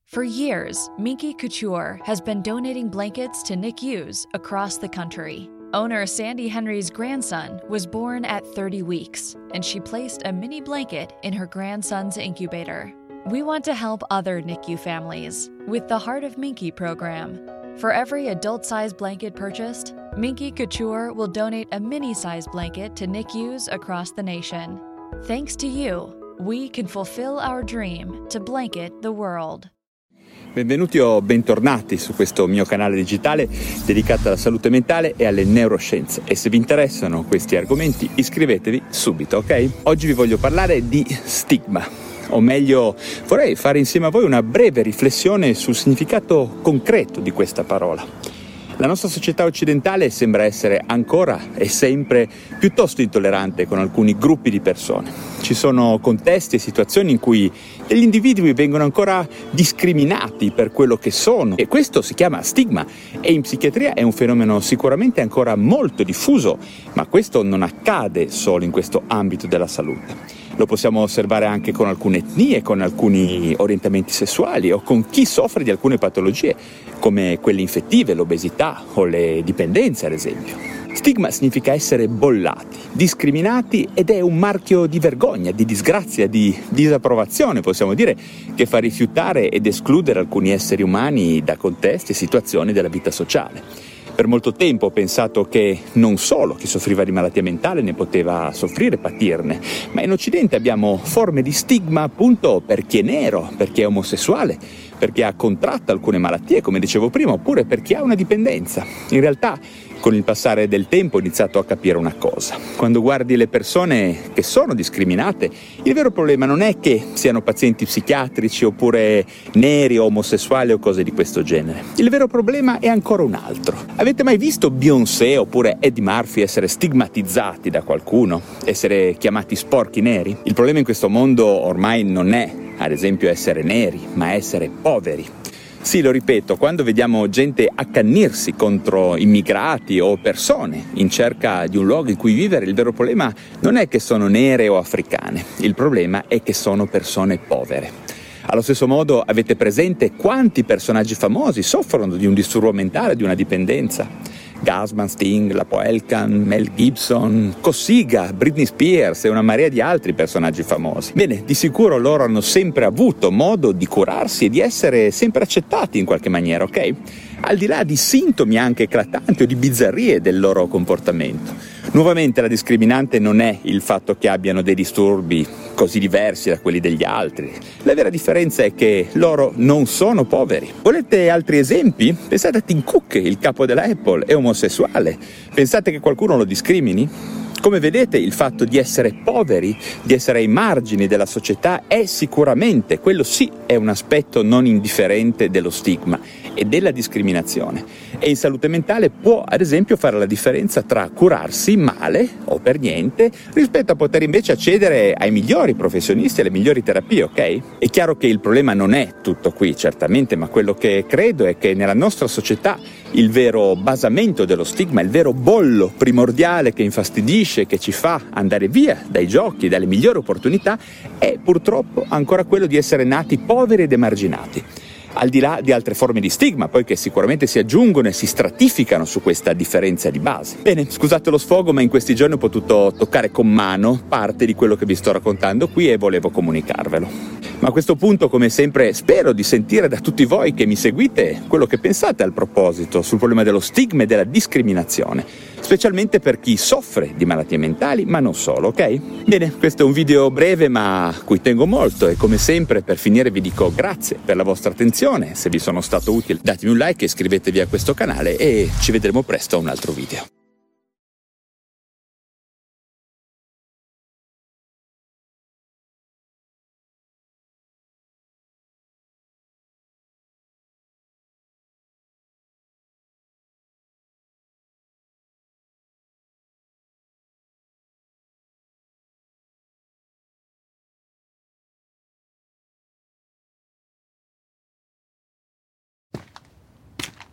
For years, Minky Couture has been donating blankets to NICUs across the country. Owner Sandy Henry's grandson was born at 30 weeks, and she placed a mini blanket in her grandson's incubator. We want to help other NICU families with the Heart of Minky program. For every adult-sized blanket purchased, Minky Couture will donate a mini-sized blanket to NICUs across the nation. Thanks to you, we can fulfill our dream to blanket the world. Benvenuti o bentornati su questo mio canale digitale dedicato alla salute mentale e alle neuroscienze, e se vi interessano questi argomenti iscrivetevi subito, ok? Oggi vi voglio parlare di stigma, o meglio vorrei fare insieme a voi una breve riflessione sul significato concreto di questa parola. La nostra società occidentale sembra essere ancora e sempre piuttosto intollerante con alcuni gruppi di persone. Ci sono contesti e situazioni in cui degli individui vengono ancora discriminati per quello che sono, e questo si chiama stigma, e in psichiatria è un fenomeno sicuramente ancora molto diffuso, ma questo non accade solo in questo ambito della salute. Lo possiamo osservare anche con alcune etnie, con alcuni orientamenti sessuali o con chi soffre di alcune patologie, come quelle infettive, l'obesità o le dipendenze, ad esempio. Stigma significa essere bollati, discriminati, ed è un marchio di vergogna, di disgrazia, di disapprovazione, possiamo dire, che fa rifiutare ed escludere alcuni esseri umani da contesti e situazioni della vita sociale. Per molto tempo ho pensato che non solo chi soffriva di malattia mentale ne poteva soffrire e patirne, ma in Occidente abbiamo forme di stigma appunto per chi è nero, per chi è omosessuale, per chi ha contratto alcune malattie, come dicevo prima, oppure per chi ha una dipendenza. In realtà, con il passare del tempo ho iniziato a capire una cosa. Quando guardi le persone che sono discriminate, il vero problema non è che siano pazienti psichiatrici oppure neri o omosessuali o cose di questo genere. Il vero problema è ancora un altro. Avete mai visto Beyoncé oppure Eddie Murphy essere stigmatizzati da qualcuno? Essere chiamati sporchi neri? Il problema in questo mondo ormai non è, ad esempio, essere neri, ma essere poveri. Sì, lo ripeto, quando vediamo gente accannirsi contro immigrati o persone in cerca di un luogo in cui vivere, il vero problema non è che sono nere o africane, il problema è che sono persone povere. Allo stesso modo, avete presente quanti personaggi famosi soffrono di un disturbo mentale, di una dipendenza? Gassman, Sting, Lapo Elkan, Mel Gibson, Cossiga, Britney Spears e una marea di altri personaggi famosi. Bene, di sicuro loro hanno sempre avuto modo di curarsi e di essere sempre accettati in qualche maniera, ok? Al di là di sintomi anche eclatanti o di bizzarrie del loro comportamento. Nuovamente la discriminante non è il fatto che abbiano dei disturbi così diversi da quelli degli altri. La vera differenza è che loro non sono poveri. Volete altri esempi? Pensate a Tim Cook, il capo della Apple, è omosessuale. Pensate che qualcuno lo discrimini? Come vedete, il fatto di essere poveri, di essere ai margini della società, è sicuramente, quello sì, è un aspetto non indifferente dello stigma e della discriminazione. E in salute mentale può, ad esempio, fare la differenza tra curarsi male o per niente rispetto a poter invece accedere ai migliori professionisti e alle migliori terapie, ok? È chiaro che il problema non è tutto qui, certamente, ma quello che credo è che nella nostra società il vero basamento dello stigma, il vero bollo primordiale che infastidisce, che ci fa andare via dai giochi, dalle migliori opportunità, è purtroppo ancora quello di essere nati poveri ed emarginati. Al di là di altre forme di stigma, poi, che sicuramente si aggiungono e si stratificano su questa differenza di base. Bene, scusate lo sfogo, ma in questi giorni ho potuto toccare con mano parte di quello che vi sto raccontando qui e volevo comunicarvelo. Ma a questo punto, come sempre, spero di sentire da tutti voi che mi seguite quello che pensate al proposito sul problema dello stigma e della discriminazione, specialmente per chi soffre di malattie mentali, ma non solo, ok? Bene, questo è un video breve ma a cui tengo molto, e come sempre per finire vi dico grazie per la vostra attenzione. Se vi sono stato utile datemi un like e iscrivetevi a questo canale, e ci vedremo presto a un altro video.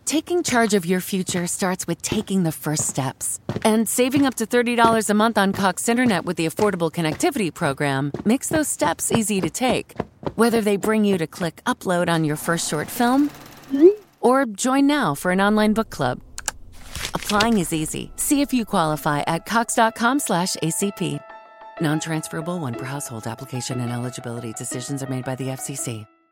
Taking charge of your future starts with taking the first steps. And saving up to $30 a month on Cox Internet with the Affordable Connectivity Program makes those steps easy to take. Whether they bring you to click upload on your first short film or join now for an online book club. Applying is easy. See if you qualify at cox.com/ACP. Non-transferable one per household application and eligibility decisions are made by the FCC.